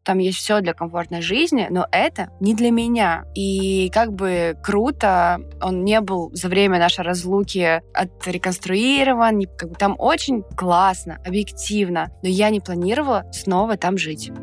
там есть все для комфортной жизни, но это не для меня. И как бы круто он не был за время нашей разлуки отреконструирован, как бы там очень классно, объективно, но я не планировала снова там жить.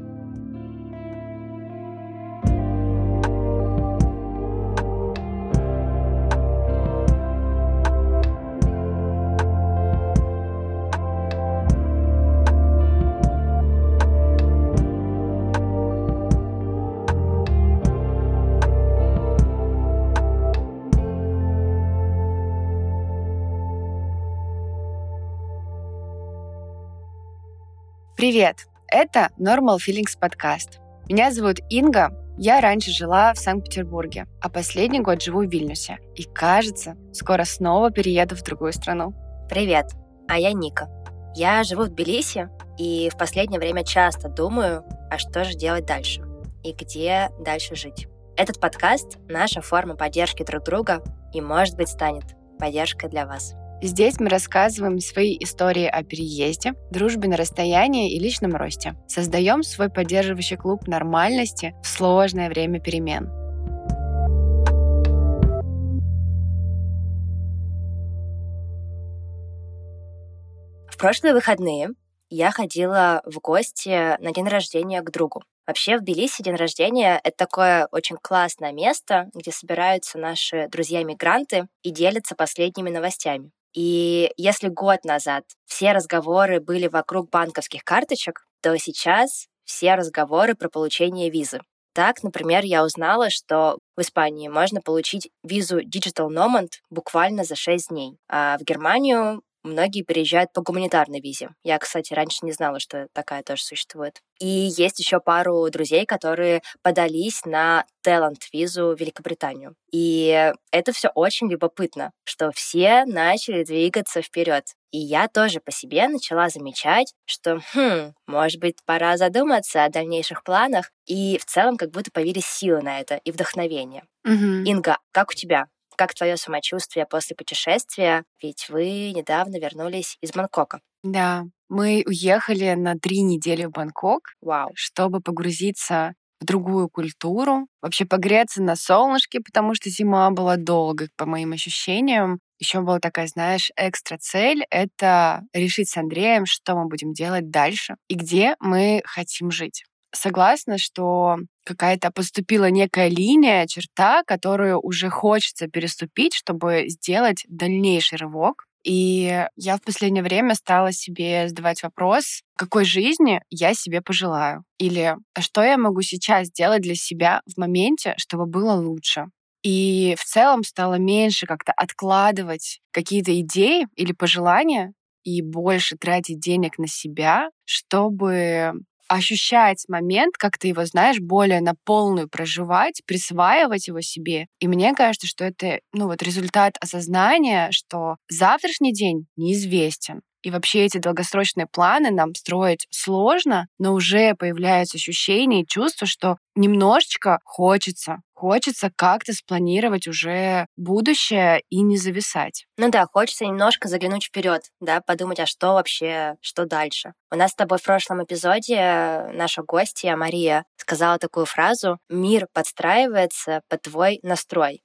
Привет! Это Normal Feelings подкаст. Меня зовут Инга. Я раньше жила в Санкт-Петербурге, а последний год живу в Вильнюсе. И, кажется, скоро снова перееду в другую страну. Привет, а я Ника. Я живу в Тбилиси и в последнее время часто думаю, а что же делать дальше и где дальше жить. Этот подкаст — наша форма поддержки друг друга и, может быть, станет поддержкой для вас. Здесь мы рассказываем свои истории о переезде, дружбе на расстоянии и личном росте. Создаем свой поддерживающий клуб нормальности в сложное время перемен. В прошлые выходные я ходила в гости на день рождения к другу. Вообще в Тбилиси день рождения — это такое очень классное место, где собираются наши друзья-мигранты и делятся последними новостями. И если год назад все разговоры были вокруг банковских карточек, то сейчас все разговоры про получение визы. Так, например, я узнала, что в Испании можно получить визу Digital Nomad буквально за 6 дней, а в Германию многие переезжают по гуманитарной визе. Я, кстати, раньше не знала, что такая тоже существует. И есть еще пару друзей, которые подались на талант-визу в Великобританию. И это все очень любопытно, что все начали двигаться вперед. И я тоже по себе начала замечать, что, может быть, пора задуматься о дальнейших планах. И в целом как будто появились силы на это и вдохновение. Инга, как у тебя? Как твое самочувствие после путешествия? Ведь вы недавно вернулись из Бангкока. Да, мы уехали на 3 недели в Бангкок, Вау. чтобы погрузиться в другую культуру, вообще погреться на солнышке, потому что зима была долгой, по моим ощущениям. Еще была такая, знаешь, экстра цель — это решить с Андреем, что мы будем делать дальше и где мы хотим жить. Согласна, что какая-то поступила некая линия, черта, которую уже хочется переступить, чтобы сделать дальнейший рывок. И я в последнее время стала себе задавать вопрос, какой жизни я себе пожелаю? Или что я могу сейчас сделать для себя в моменте, чтобы было лучше? И в целом стала меньше как-то откладывать какие-то идеи или пожелания и больше тратить денег на себя, чтобы ощущать момент, как ты его, знаешь, более на полную проживать, присваивать его себе. И мне кажется, что это, результат осознания, что завтрашний день неизвестен. И вообще эти долгосрочные планы нам строить сложно, но уже появляются ощущения и чувства, что немножечко хочется как-то спланировать уже будущее и не зависать. Ну да, хочется немножко заглянуть вперед, да, подумать, а что вообще, что дальше. У нас с тобой в прошлом эпизоде наша гостья Мария сказала такую фразу: «Мир подстраивается под твой настрой».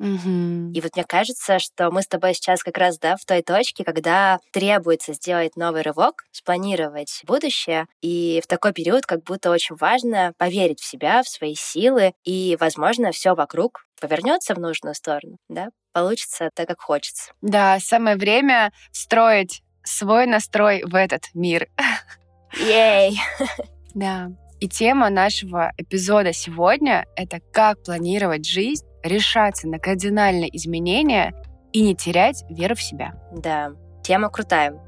И вот мне кажется, что мы с тобой сейчас как раз, в той точке, когда требуется сделать новый рывок, спланировать будущее, и в такой период как будто очень важно поверить в себя, в свои силы, и, возможно, все вокруг повернется в нужную сторону, да, получится так, как хочется. Да, самое время строить свой настрой в этот мир. Ей! Да. И тема нашего эпизода сегодня — это как планировать жизнь, решаться на кардинальные изменения и не терять веру в себя. Да, тема крутая.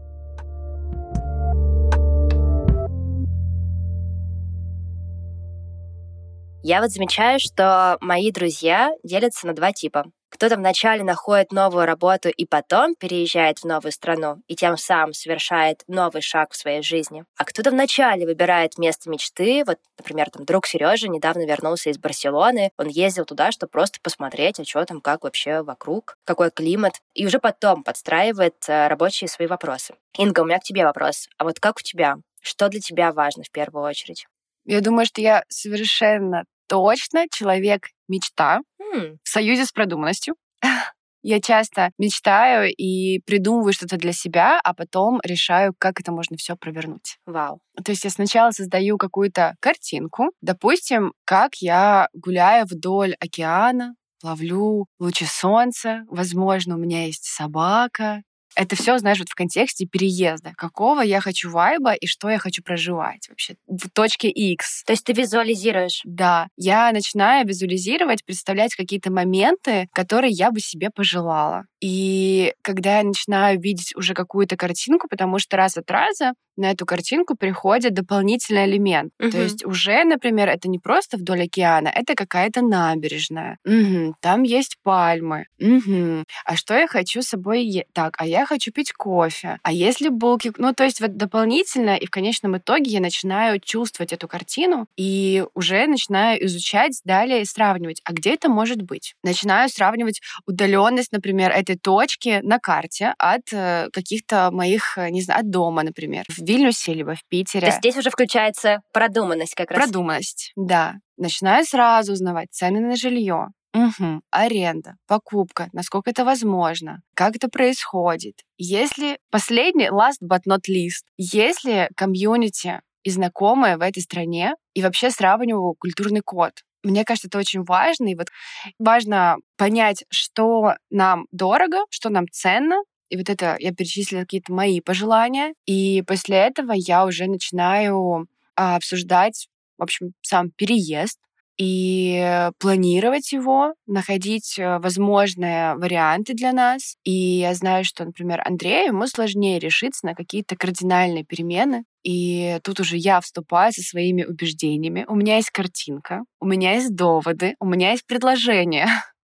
Я вот замечаю, что мои друзья делятся на 2 типа. Кто-то вначале находит новую работу и потом переезжает в новую страну и тем самым совершает новый шаг в своей жизни. А кто-то вначале выбирает место мечты. Вот, например, друг Сережа недавно вернулся из Барселоны. Он ездил туда, чтобы просто посмотреть, а что там, как вообще вокруг, какой климат. И уже потом подстраивает рабочие свои вопросы. Инга, у меня к тебе вопрос. А вот как у тебя? Что для тебя важно в первую очередь? Я думаю, что я совершенно точно человек-мечта в союзе с продуманностью. Я часто мечтаю и придумываю что-то для себя, а потом решаю, как это можно все провернуть. Вау. То есть я сначала создаю какую-то картинку, допустим, как я гуляю вдоль океана, ловлю лучи солнца, возможно, у меня есть собака. Это все, знаешь, вот в контексте переезда. Какого я хочу вайба и что я хочу проживать вообще в точке X. То есть ты визуализируешь? Да, я начинаю визуализировать, представлять какие-то моменты, которые я бы себе пожелала. И когда я начинаю видеть уже какую-то картинку, потому что раз от раза на эту картинку приходит дополнительный элемент. То есть уже, например, это не просто вдоль океана, это какая-то набережная. Там есть пальмы. А что я хочу с собой? Так, а я хочу пить кофе. А если булки? Ну, то есть вот дополнительно, и в конечном итоге я начинаю чувствовать эту картину и уже начинаю изучать далее и сравнивать. А где это может быть? Начинаю сравнивать удаленность, например, этой точки на карте от каких-то моих, не знаю, от дома, например, в Вильнюсе либо в Питере. То есть здесь уже включается продуманность как раз. Продуманность, да. Начинаю сразу узнавать цены на жилье. Аренда, покупка, насколько это возможно, как это происходит. Если последний, last but not least, если комьюнити и знакомые в этой стране, и вообще сравниваю культурный код. Мне кажется, это очень важно. И вот важно понять, что нам дорого, что нам ценно. И вот это я перечислила какие-то мои пожелания. И после этого я уже начинаю обсуждать, в общем, сам переезд и планировать его, находить возможные варианты для нас. И я знаю, что, например, Андрею, ему сложнее решиться на какие-то кардинальные перемены. И тут уже я вступаю со своими убеждениями. У меня есть картинка, у меня есть доводы, у меня есть предложения.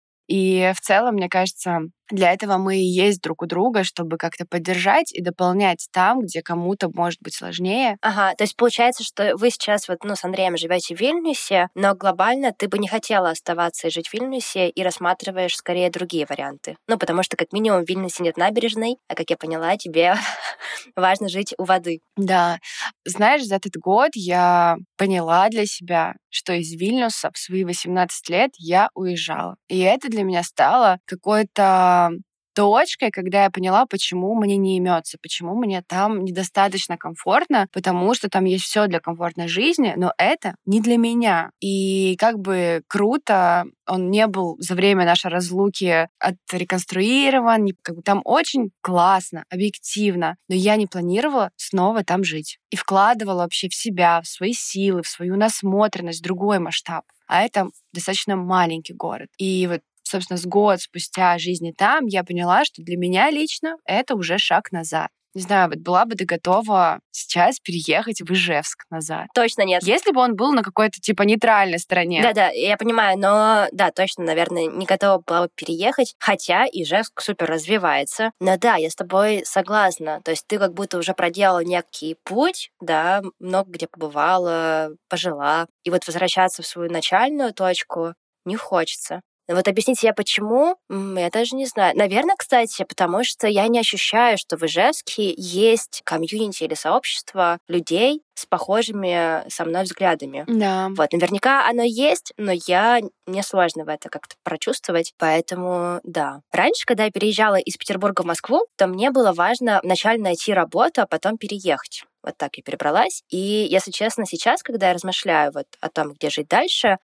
И в целом, мне кажется, для этого мы и есть друг у друга, чтобы как-то поддержать и дополнять там, где кому-то может быть сложнее. Ага, то есть получается, что вы сейчас вот, с Андреем живете в Вильнюсе, но глобально ты бы не хотела оставаться и жить в Вильнюсе и рассматриваешь скорее другие варианты. Потому что как минимум в Вильнюсе нет набережной, а как я поняла, тебе важно жить у воды. Да. Знаешь, за этот год я поняла для себя, что из Вильнюса в свои 18 лет я уезжала. И это для меня стало какой-то точкой, когда я поняла, почему мне не имется, почему мне там недостаточно комфортно, потому что там есть все для комфортной жизни, но это не для меня. И как бы круто он не был за время нашей разлуки отреконструирован, как бы там очень классно, объективно, но я не планировала снова там жить. И вкладывала вообще в себя, в свои силы, в свою насмотренность, в другой масштаб. А это достаточно маленький город. И вот собственно, с год спустя жизни там, я поняла, что для меня лично это уже шаг назад. Не знаю, вот была бы ты готова сейчас переехать в Ижевск назад? Точно нет. Если бы он был на какой-то типа нейтральной стороне. Да, я понимаю, но да, точно, наверное, не готова была бы переехать, хотя Ижевск супер развивается. Но да, я с тобой согласна. То есть ты как будто уже проделала некий путь, да, много где побывала, пожила. И вот возвращаться в свою начальную точку не хочется. Вот объяснить себе, почему, я даже не знаю. Наверное, кстати, потому что я не ощущаю, что в Ижевске есть комьюнити или сообщество людей с похожими со мной взглядами. Да. Вот, наверняка оно есть, но мне сложно в это как-то прочувствовать, поэтому да. Раньше, когда я переезжала из Петербурга в Москву, то мне было важно вначале найти работу, а потом переехать. Вот так я перебралась. И, если честно, сейчас, когда я размышляю вот о том, где жить дальше,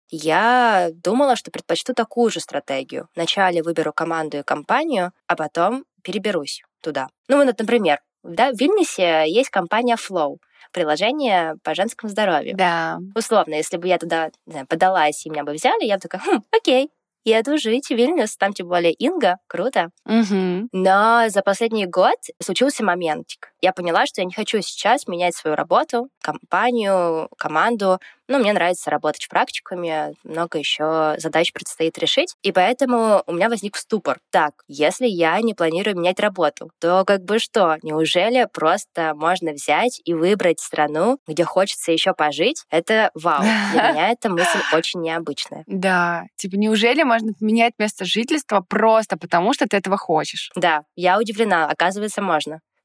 я думала, что предпочту такую же стратегию. Вначале выберу команду и компанию, а потом переберусь туда. Например, да, в Вильнюсе есть компания Flow, приложение по женскому здоровью. Да. Условно, если бы я туда, не знаю, подалась и меня бы взяли, я бы такая, окей, еду жить в Вильнюс, там тем более Инга, круто. Но за последний год случился моментик. Я поняла, что я не хочу сейчас менять свою работу, компанию, команду. Мне нравится работать в практикуме, много еще задач предстоит решить, и поэтому у меня возник ступор. Так, если я не планирую менять работу, то что? Неужели просто можно взять и выбрать страну, где хочется еще пожить? Это вау. Для меня эта мысль очень необычная. Да, неужели можно поменять место жительства просто потому, что ты этого хочешь? Да, я удивлена, оказывается, можно.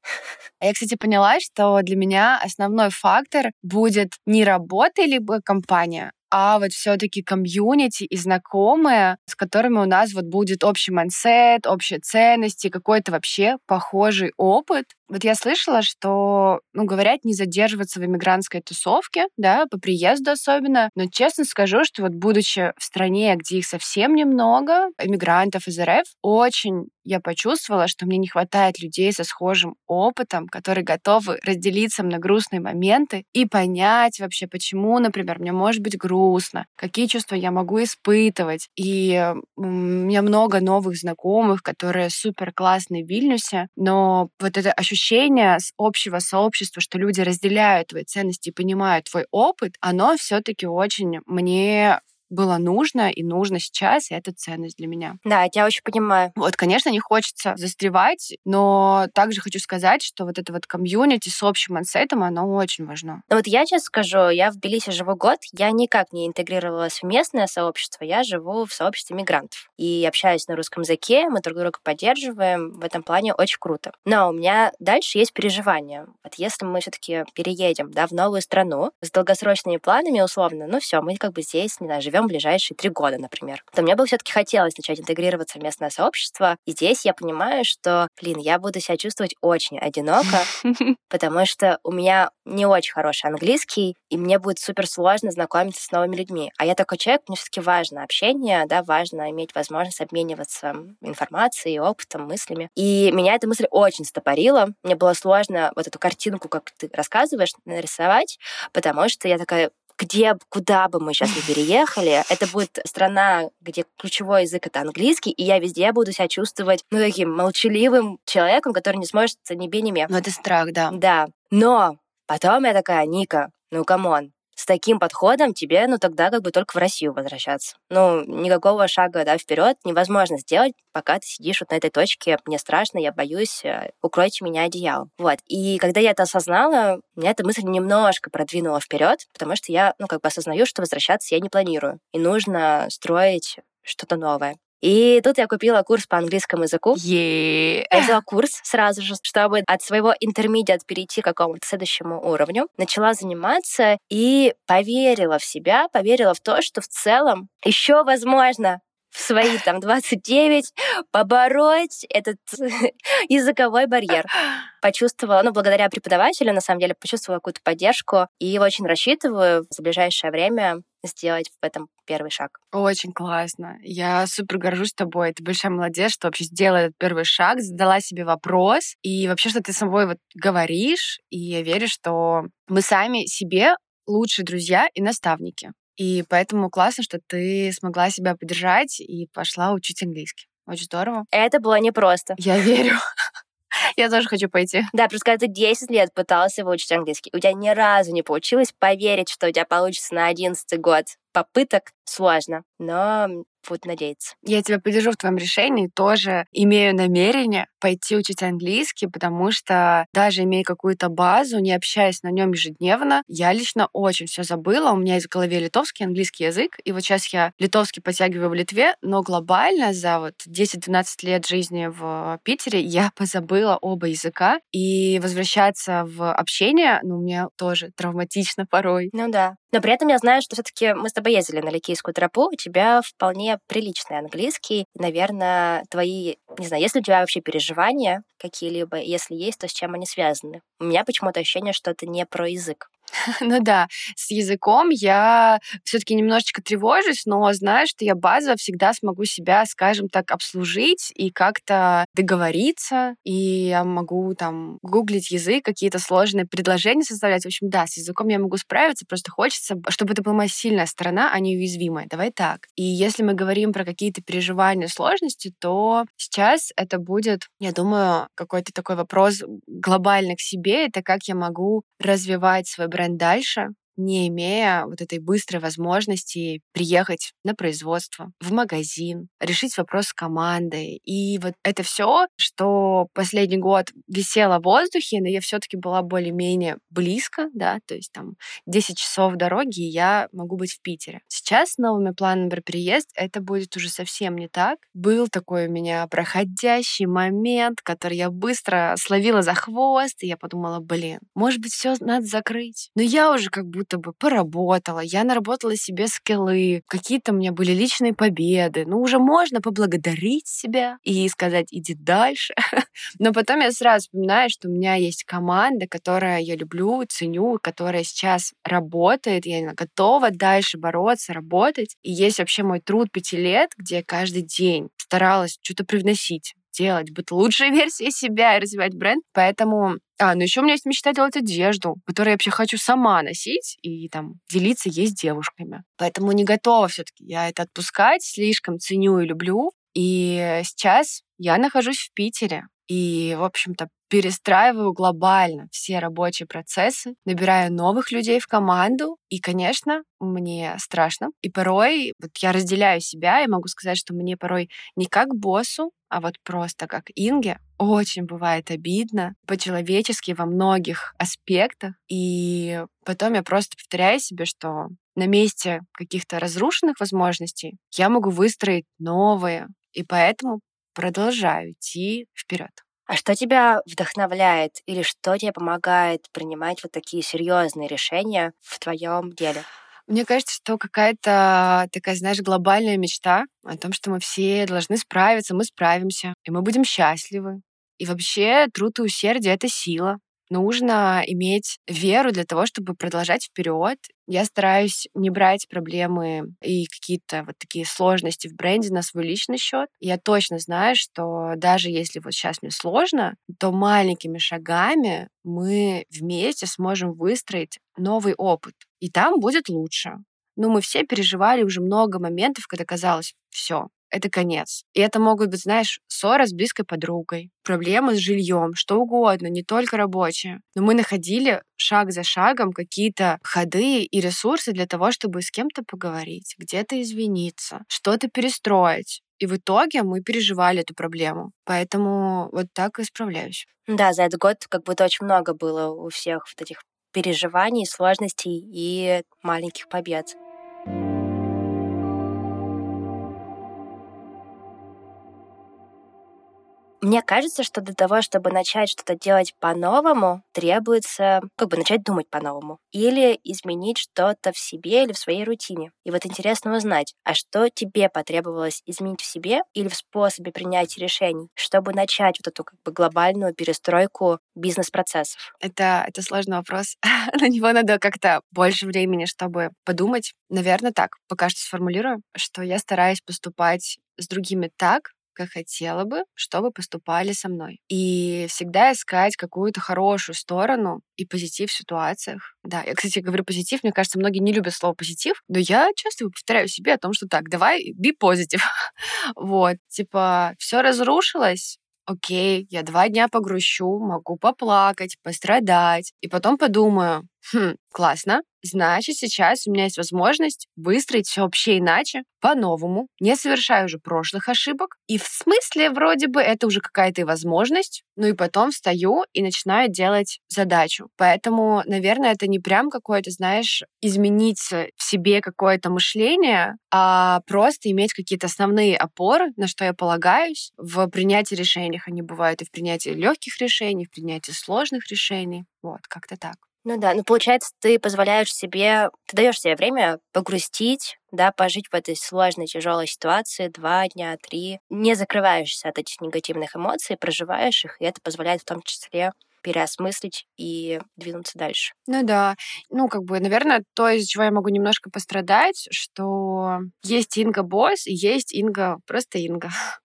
А я, кстати, поняла, что для меня основной фактор будет не работа либо компания, а вот все-таки комьюнити и знакомые, с которыми у нас вот будет общий майндсет, общие ценности, какой-то вообще похожий опыт. Вот я слышала, что, говорят, не задерживаться в эмигрантской тусовке, да, по приезду особенно. Но честно скажу, что вот будучи в стране, где их совсем немного, эмигрантов из РФ, очень я почувствовала, что мне не хватает людей со схожим опытом, которые готовы разделить со мной грустные моменты и понять вообще, почему, например, мне может быть грустно, какие чувства я могу испытывать. И у меня много новых знакомых, которые супер классные в Вильнюсе, но вот это ощущение с общего сообщества, что люди разделяют твои ценности и понимают твой опыт, оно все-таки очень мне было нужно и нужно сейчас, и это ценность для меня. Да, я тебя очень понимаю. Вот, конечно, не хочется застревать, но также хочу сказать, что вот это вот комьюнити с общим майндсетом, оно очень важно. Вот я честно скажу, я в Тбилиси живу год, я никак не интегрировалась в местное сообщество, я живу в сообществе мигрантов. И общаюсь на русском языке, мы друг друга поддерживаем, в этом плане очень круто. Но у меня дальше есть переживания. Вот если мы все-таки переедем, да, в новую страну с долгосрочными планами, условно, все, мы как бы здесь, не знаю, живем ближайшие 3 года, например, то мне бы все-таки хотелось начать интегрироваться в местное сообщество. И здесь я понимаю, что, я буду себя чувствовать очень одиноко, потому что у меня не очень хороший английский, и мне будет супер сложно знакомиться с новыми людьми. А я такой человек, мне все-таки важно общение, да, важно иметь возможность обмениваться информацией, опытом, мыслями. И меня эта мысль очень стопорила. Мне было сложно вот эту картинку, как ты рассказываешь, нарисовать, потому что я такая, куда бы мы сейчас не переехали, это будет страна, где ключевой язык — это английский, и я везде буду себя чувствовать, таким молчаливым человеком, который не сможет ни бе, ни ме. Это страх, да. Да. Но потом я такая, Ника, камон, с таким подходом тебе, тогда как бы только в Россию возвращаться. Никакого шага, да, вперед невозможно сделать, пока ты сидишь вот на этой точке. Мне страшно, я боюсь, укройте меня одеялом. Вот. И когда я это осознала, меня эта мысль немножко продвинула вперед, потому что я, осознаю, что возвращаться я не планирую. И нужно строить что-то новое. И тут я купила курс по английскому языку. Я взяла курс сразу же, чтобы от своего интермедиат перейти к какому-то следующему уровню. Начала заниматься и поверила в себя, поверила в то, что в целом еще возможно в свои 29 побороть этот языковой барьер. Почувствовала, благодаря преподавателю, на самом деле, почувствовала какую-то поддержку и очень рассчитываю за ближайшее время сделать в этом первый шаг. Очень классно. Я супер горжусь тобой. Ты большая молодец, что вообще сделала этот первый шаг, задала себе вопрос. И вообще, что ты с собой вот говоришь. И я верю, что мы сами себе лучшие друзья и наставники. И поэтому классно, что ты смогла себя поддержать и пошла учить английский. Очень здорово. Это было непросто. Я верю. Я тоже хочу пойти. Да, просто когда ты 10 лет пытался выучить английский, у тебя ни разу не получилось поверить, что у тебя получится на 11-й год попыток, сложно. Но буду надеяться. Я тебя поддержу в твоем решении. Тоже имею намерение пойти учить английский, потому что даже имея какую-то базу, не общаясь на нем ежедневно, я лично очень все забыла. У меня есть в голове литовский, английский язык, и вот сейчас я литовский подтягиваю в Литве, но глобально за 10-12 лет жизни в Питере я позабыла оба языка, и возвращаться в общение, мне тоже травматично порой. Да. Но при этом я знаю, что все-таки мы с тобой ездили на ликейскую тропу, у тебя вполне приличный английский. Наверное, твои, не знаю, есть ли у тебя вообще переживания какие-либо? Если есть, то с чем они связаны? У меня почему-то ощущение, что это не про язык. Да, с языком я все-таки немножечко тревожусь, но знаю, что я базово всегда смогу себя, скажем так, обслужить и как-то договориться, и я могу гуглить язык, какие-то сложные предложения составлять. В общем, да, с языком я могу справиться, просто хочется, чтобы это была моя сильная сторона, а не уязвимая. Давай так. И если мы говорим про какие-то переживания, сложности, то сейчас это будет, я думаю, какой-то такой вопрос глобально к себе, это как я могу развивать свой бренд дальше, не имея вот этой быстрой возможности приехать на производство, в магазин, решить вопрос с командой. И вот это все, что последний год висело в воздухе, но я все-таки была более-менее близко, да, то есть там 10 часов дороги, и я могу быть в Питере. Сейчас с новыми планами про переезд это будет уже совсем не так. Был такой у меня проходящий момент, который я быстро словила за хвост, и я подумала, блин, может быть, все надо закрыть. Но я уже как будто бы поработала, я наработала себе скиллы, какие-то у меня были личные победы. Ну, уже можно поблагодарить себя и сказать, иди дальше. Но потом я сразу вспоминаю, что у меня есть команда, которая я люблю, ценю, которая сейчас работает, я готова дальше бороться, работать. И есть вообще мой труд 5 лет, где я каждый день старалась что-то привносить, делать, быть лучшей версией себя и развивать бренд. Поэтому... ну еще у меня есть мечта делать одежду, которую я вообще хочу сама носить и там делиться ей с девушками. Поэтому не готова все-таки я это отпускать, слишком ценю и люблю. И сейчас я нахожусь в Питере и, в общем-то, перестраиваю глобально все рабочие процессы, набираю новых людей в команду. И, конечно, мне страшно. И порой вот я разделяю себя и могу сказать, что мне порой не как боссу, а вот просто как Инге очень бывает обидно по-человечески во многих аспектах. И потом я просто повторяю себе, что на месте каких-то разрушенных возможностей я могу выстроить новые. И поэтому продолжаю идти вперед. А что тебя вдохновляет или что тебе помогает принимать вот такие серьезные решения в твоем деле? Мне кажется, что какая-то такая, знаешь, глобальная мечта о том, что мы все должны справиться, мы справимся, и мы будем счастливы. И вообще труд и усердие — это сила. Нужно иметь веру для того, чтобы продолжать вперед. Я стараюсь не брать проблемы и какие-то вот такие сложности в бренде на свой личный счет. Я точно знаю, что даже если вот сейчас мне сложно, то маленькими шагами мы вместе сможем выстроить новый опыт. И там будет лучше. Но мы все переживали уже много моментов, когда казалось, все, это конец. И это могут быть, знаешь, ссора с близкой подругой, проблемы с жильем, что угодно, не только рабочие. Но мы находили шаг за шагом какие-то ходы и ресурсы для того, чтобы с кем-то поговорить, где-то извиниться, что-то перестроить. И в итоге мы переживали эту проблему. Поэтому вот так и справляюсь. Да, за этот год как будто очень много было у всех вот этих переживаний, сложностей и маленьких побед. Мне кажется, что для того, чтобы начать что-то делать по-новому, требуется начать думать по-новому или изменить что-то в себе или в своей рутине. И вот интересно узнать, а что тебе потребовалось изменить в себе или в способе принятия решений, чтобы начать вот эту глобальную перестройку бизнес-процессов? Это сложный вопрос. На него надо как-то больше времени, чтобы подумать. Наверное, так, пока что сформулирую, что я стараюсь поступать с другими так, как хотела бы, чтобы поступали со мной. И всегда искать какую-то хорошую сторону и позитив в ситуациях. Да, я, кстати, говорю позитив, мне кажется, многие не любят слово позитив, но я часто повторяю себе о том, что так, давай, be positive. Вот, типа, все разрушилось, окей, я 2 дня погрущу, могу поплакать, пострадать, и потом подумаю, классно, значит, сейчас у меня есть возможность выстроить все вообще иначе, по-новому, не совершая уже прошлых ошибок. И в смысле, вроде бы, это уже какая-то и возможность. Ну и потом встаю и начинаю делать задачу. Поэтому, наверное, это не прям какое-то, знаешь, изменить в себе какое-то мышление, а просто иметь какие-то основные опоры, на что я полагаюсь в принятии решений. Они бывают и в принятии легких решений, в принятии сложных решений. Вот, как-то так. Ну да, получается, ты даешь себе время погрустить, да, пожить в этой сложной, тяжелой ситуации 2 дня, 3, не закрываешься от этих негативных эмоций, проживаешь их, и это позволяет в том числе переосмыслить и двинуться дальше. Ну да. Наверное, то, из-за чего я могу немножко пострадать, что есть Инга босс и есть Инга просто Инга.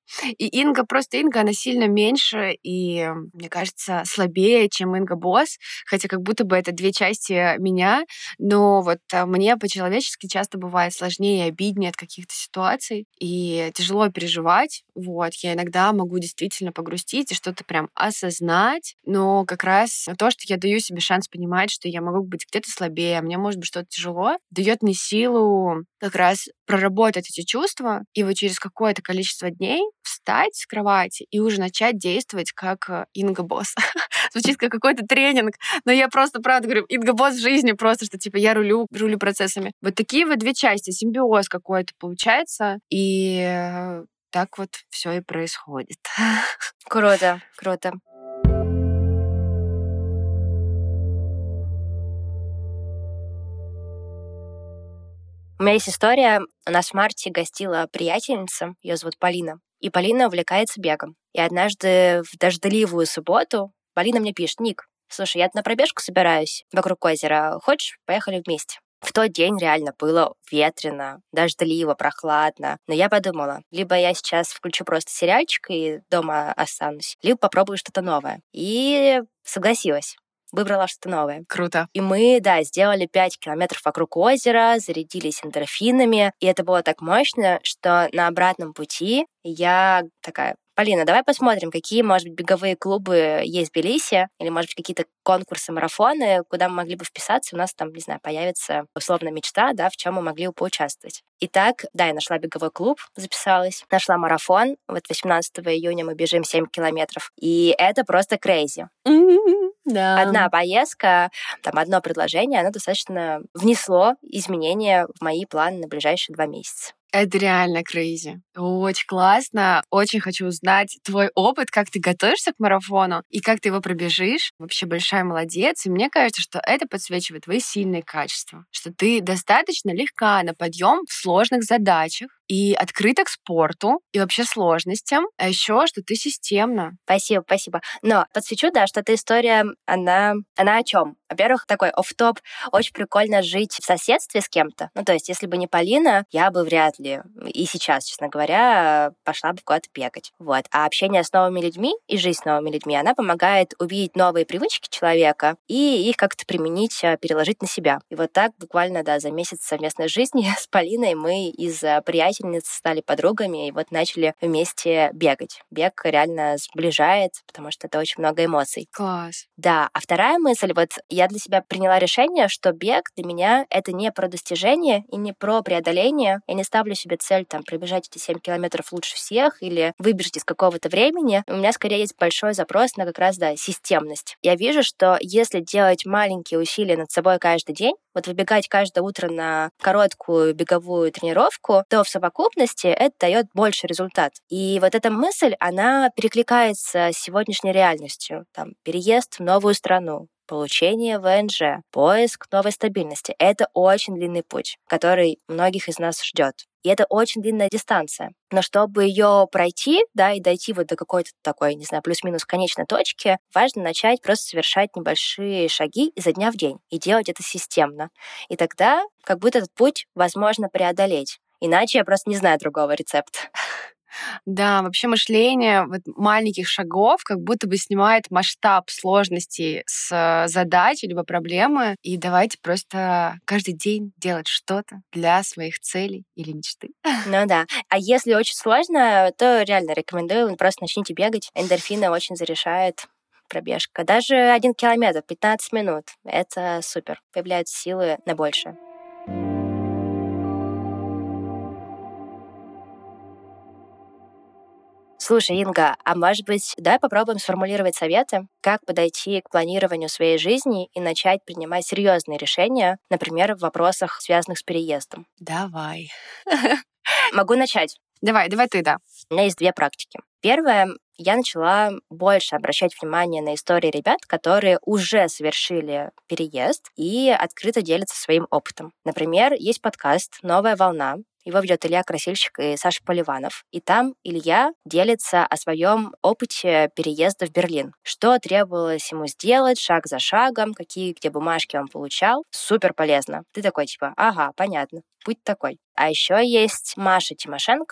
И Инга, просто Инга, она сильно меньше и, мне кажется, слабее, чем Инга Босс, хотя как будто бы это две части меня, но вот мне по-человечески часто бывает сложнее и обиднее от каких-то ситуаций, и тяжело переживать, вот. Я иногда могу действительно погрустить и что-то прям осознать, но как раз то, что я даю себе шанс понимать, что я могу быть где-то слабее, мне может быть что-то тяжело, дает мне силу как раз проработать эти чувства и вот через какое-то количество дней встать с кровати и уже начать действовать как Инга Босс. Звучит как какой-то тренинг, но я просто правда говорю, Инга Босс в жизни просто, что типа я рулю процессами. Вот такие вот две части, симбиоз какой-то получается, и так вот все и происходит. Круто, круто. У меня есть история. У нас в марте гостила приятельница, ее зовут Полина. И Полина увлекается бегом. И однажды в дождливую субботу Полина мне пишет: Ник, слушай, я на пробежку собираюсь вокруг озера. Хочешь, поехали вместе? В тот день реально было ветрено, дождливо, прохладно. Но я подумала, либо я сейчас включу просто сериальчик и дома останусь, либо попробую что-то новое. И согласилась. Выбрала что-то новое. Круто. И мы, да, сделали 5 километров вокруг озера, зарядились эндорфинами. И это было так мощно, что на обратном пути я такая: Полина, давай посмотрим, какие, может быть, беговые клубы есть в Тбилиси, или, может быть, какие-то конкурсы, марафоны, куда мы могли бы вписаться, у нас там, не знаю, появится условно мечта, да, в чем мы могли бы поучаствовать. Итак, да, я нашла беговой клуб, записалась, нашла марафон, вот 18 июня мы бежим 7 километров, и это просто крейзи. Да. Одна поездка, там одно предложение, оно достаточно внесло изменения в мои планы на ближайшие 2 месяца. Это реально крейзи. Очень классно. Очень хочу узнать твой опыт, как ты готовишься к марафону и как ты его пробежишь. Вообще большая молодец. И мне кажется, что это подсвечивает твои сильные качества. Что ты достаточно легка на подъем в сложных задачах и открыта к спорту и вообще сложностям. А еще, что ты системна. Спасибо, спасибо. Но подсвечу, да, что эта история, она о чем? Во-первых, такой офф-топ. Очень прикольно жить в соседстве с кем-то. Ну, то есть, если бы не Полина, я бы вряд ли и сейчас, честно говоря, пошла бы куда-то бегать. Вот. А общение с новыми людьми и жизнь с новыми людьми, она помогает увидеть новые привычки человека и их как-то применить, переложить на себя. И вот так буквально, да, за месяц совместной жизни с Полиной мы из приятельниц стали подругами и вот начали вместе бегать. Бег реально сближает, потому что это очень много эмоций. Класс. Да, а вторая мысль, вот я для себя приняла решение, что бег для меня это не про достижение и не про преодоление. Я не ставлю себе цель там пробежать эти 7 километров лучше всех или выбежать из какого-то времени. У меня скорее есть большой запрос на как раз, да, системность. Я вижу, что если делать маленькие усилия над собой каждый день, вот выбегать каждое утро на короткую беговую тренировку, то в совокупности это дает больше результат. И вот эта мысль, она перекликается с сегодняшней реальностью. Там, переезд в новую страну, получение ВНЖ, поиск новой стабильности. Это очень длинный путь, который многих из нас ждет. И это очень длинная дистанция. Но чтобы ее пройти, да, и дойти вот до какой-то такой, не знаю, плюс-минус конечной точки, важно начать просто совершать небольшие шаги изо дня в день и делать это системно. И тогда как будто этот путь возможно преодолеть. Иначе я просто не знаю другого рецепта. Да, вообще мышление вот маленьких шагов как будто бы снимает масштаб сложностей с задачи либо проблемы. И давайте просто каждый день делать что-то для своих целей или мечты. Ну да. А если очень сложно, то реально рекомендую, просто начните бегать. Эндорфины очень зарешает пробежка. Даже 1 километр, 15 минут. Это супер. Появляются силы на большее. Слушай, Инга, а может быть, давай попробуем сформулировать советы, как подойти к планированию своей жизни и начать принимать серьезные решения, например, в вопросах, связанных с переездом. Давай. Могу начать. Давай ты, да. У меня есть 2 практики. Первое, я начала больше обращать внимание на истории ребят, которые уже совершили переезд и открыто делятся своим опытом. Например, есть подкаст «Новая волна». Его ведет Илья Красильщик и Саша Поливанов. И там Илья делится о своем опыте переезда в Берлин. Что требовалось ему сделать шаг за шагом, какие где бумажки он получал. Супер полезно. Ты такой типа: ага, понятно, путь такой. А еще есть Маша Тимошенко,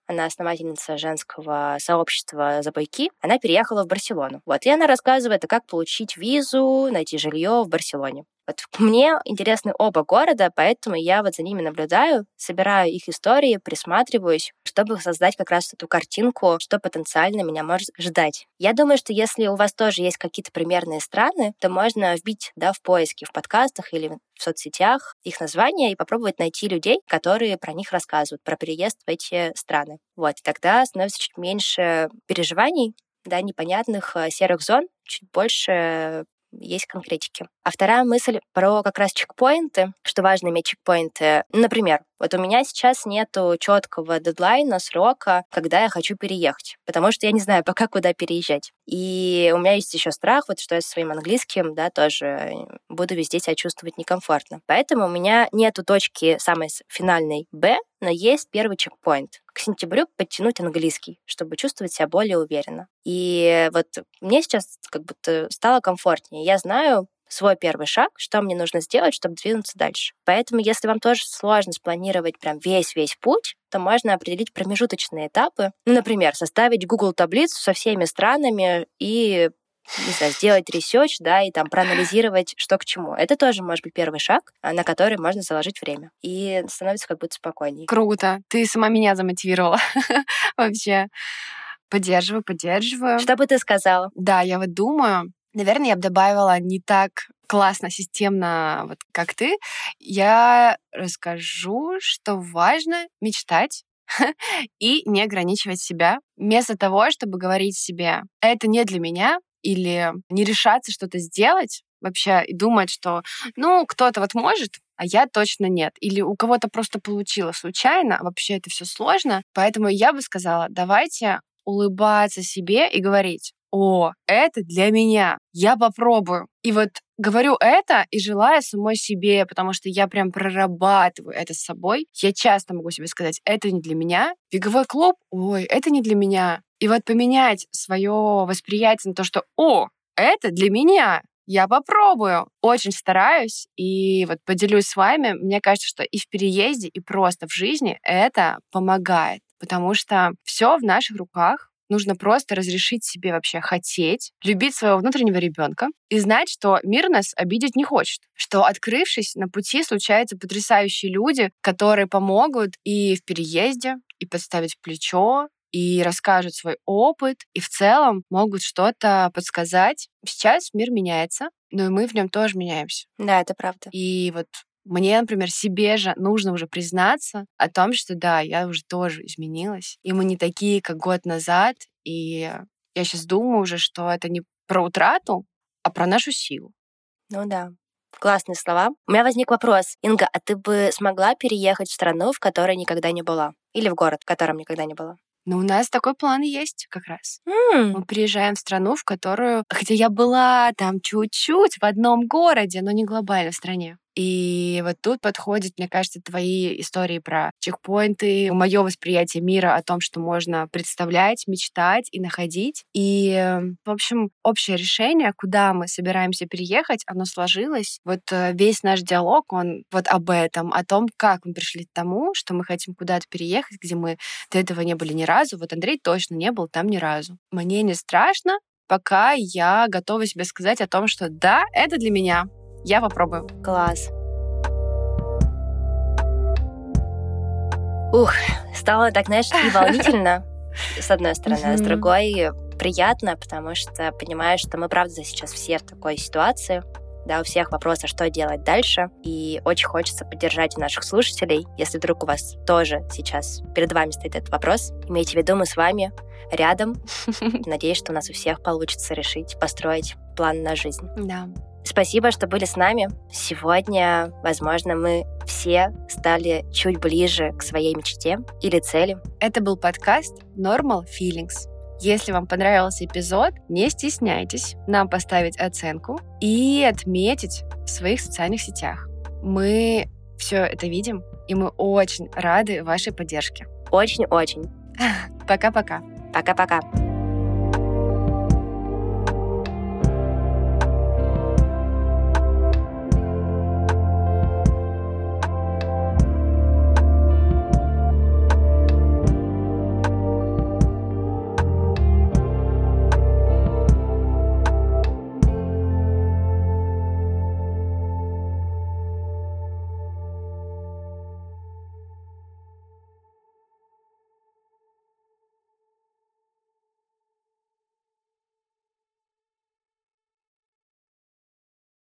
она основательница женского сообщества «Забойки», она переехала в Барселону. Вот, и она рассказывает, как получить визу, найти жилье в Барселоне. Вот мне интересны оба города, поэтому я вот за ними наблюдаю, собираю их истории, присматриваюсь, чтобы создать как раз эту картинку, что потенциально меня может ждать. Я думаю, что если у вас тоже есть какие-то примерные страны, то можно вбить, в поиске, в подкастах или в соцсетях их названия и попробовать найти людей, которые про них рассказывают, про переезд в эти страны. Вот, и тогда становится чуть меньше переживаний, непонятных серых зон, чуть больше есть конкретики. А вторая мысль про как раз чекпоинты, что важно иметь чекпоинты. Например, вот у меня сейчас нету четкого дедлайна, срока, когда я хочу переехать, потому что я не знаю пока, куда переезжать. И у меня есть еще страх, вот что я со своим английским, тоже буду везде себя чувствовать некомфортно. Поэтому у меня нету точки самой финальной Б, но есть первый чекпоинт. К сентябрю подтянуть английский, чтобы чувствовать себя более уверенно. И вот мне сейчас как будто стало комфортнее. Я знаю свой первый шаг, что мне нужно сделать, чтобы двинуться дальше. Поэтому, если вам тоже сложно спланировать прям весь путь, то можно определить промежуточные этапы. Например, составить Google таблицу со всеми странами и сделать ресерч, и проанализировать, что к чему. Это тоже может быть первый шаг, на который можно заложить время. И становится как будто спокойнее. Круто. Ты сама меня замотивировала. Вообще. Поддерживаю. Что бы ты сказала? Да, я вот думаю, наверное, я бы добавила не так классно, системно, вот как ты. Я расскажу, что важно мечтать и не ограничивать себя. Вместо того, чтобы говорить себе, это не для меня, или не решаться что-то сделать вообще и думать, что, кто-то вот может, а я точно нет. Или у кого-то просто получилось случайно, а вообще это все сложно. Поэтому я бы сказала, давайте улыбаться себе и говорить, это для меня, я попробую. И вот говорю это и желаю самой себе, потому что я прям прорабатываю это с собой. Я часто могу себе сказать, это не для меня. Беговой клуб, это не для меня. И вот поменять свое восприятие на то, что, это для меня, я попробую. Очень стараюсь и вот поделюсь с вами. Мне кажется, что и в переезде, и просто в жизни это помогает, потому что все в наших руках. Нужно просто разрешить себе вообще хотеть, любить своего внутреннего ребенка и знать, что мир нас обидеть не хочет. Что, открывшись, на пути случаются потрясающие люди, которые помогут и в переезде, и подставить плечо, и расскажут свой опыт, и в целом могут что-то подсказать. Сейчас мир меняется, но и мы в нем тоже меняемся. Да, это правда. И вот мне, например, себе же нужно уже признаться о том, что да, я уже тоже изменилась. И мы не такие, как год назад. И я сейчас думаю уже, что это не про утрату, а про нашу силу. Ну да. Классные слова. У меня возник вопрос. Инга, а ты бы смогла переехать в страну, в которой никогда не была? Или в город, в котором никогда не была? У нас такой план и есть как раз. Мы приезжаем в страну, в которую... Хотя я была там чуть-чуть в одном городе, но не глобально в стране. И вот тут подходят, мне кажется, твои истории про чекпоинты, мое восприятие мира о том, что можно представлять, мечтать и находить. И, в общем, общее решение, куда мы собираемся переехать, оно сложилось. Вот весь наш диалог, он вот об этом, о том, как мы пришли к тому, что мы хотим куда-то переехать, где мы до этого не были ни разу. Вот Андрей точно не был там ни разу. Мне не страшно, пока я готова себе сказать о том, что да, это для меня. Я попробую. Класс. Стало так, знаешь, и волнительно, с одной стороны, а с другой приятно, потому что понимаю, что мы, правда, сейчас все в такой ситуации. Да, у всех вопрос, а что делать дальше. И очень хочется поддержать наших слушателей. Если вдруг у вас тоже сейчас перед вами стоит этот вопрос, имейте в виду, мы с вами рядом. Надеюсь, что у нас у всех получится решить, построить план на жизнь. Да. Спасибо, что были с нами. Сегодня, возможно, мы все стали чуть ближе к своей мечте или цели. Это был подкаст Normal Feelings. Если вам понравился эпизод, не стесняйтесь нам поставить оценку и отметить в своих социальных сетях. Мы все это видим, и мы очень рады вашей поддержке. Очень-очень. Пока-пока. Пока-пока.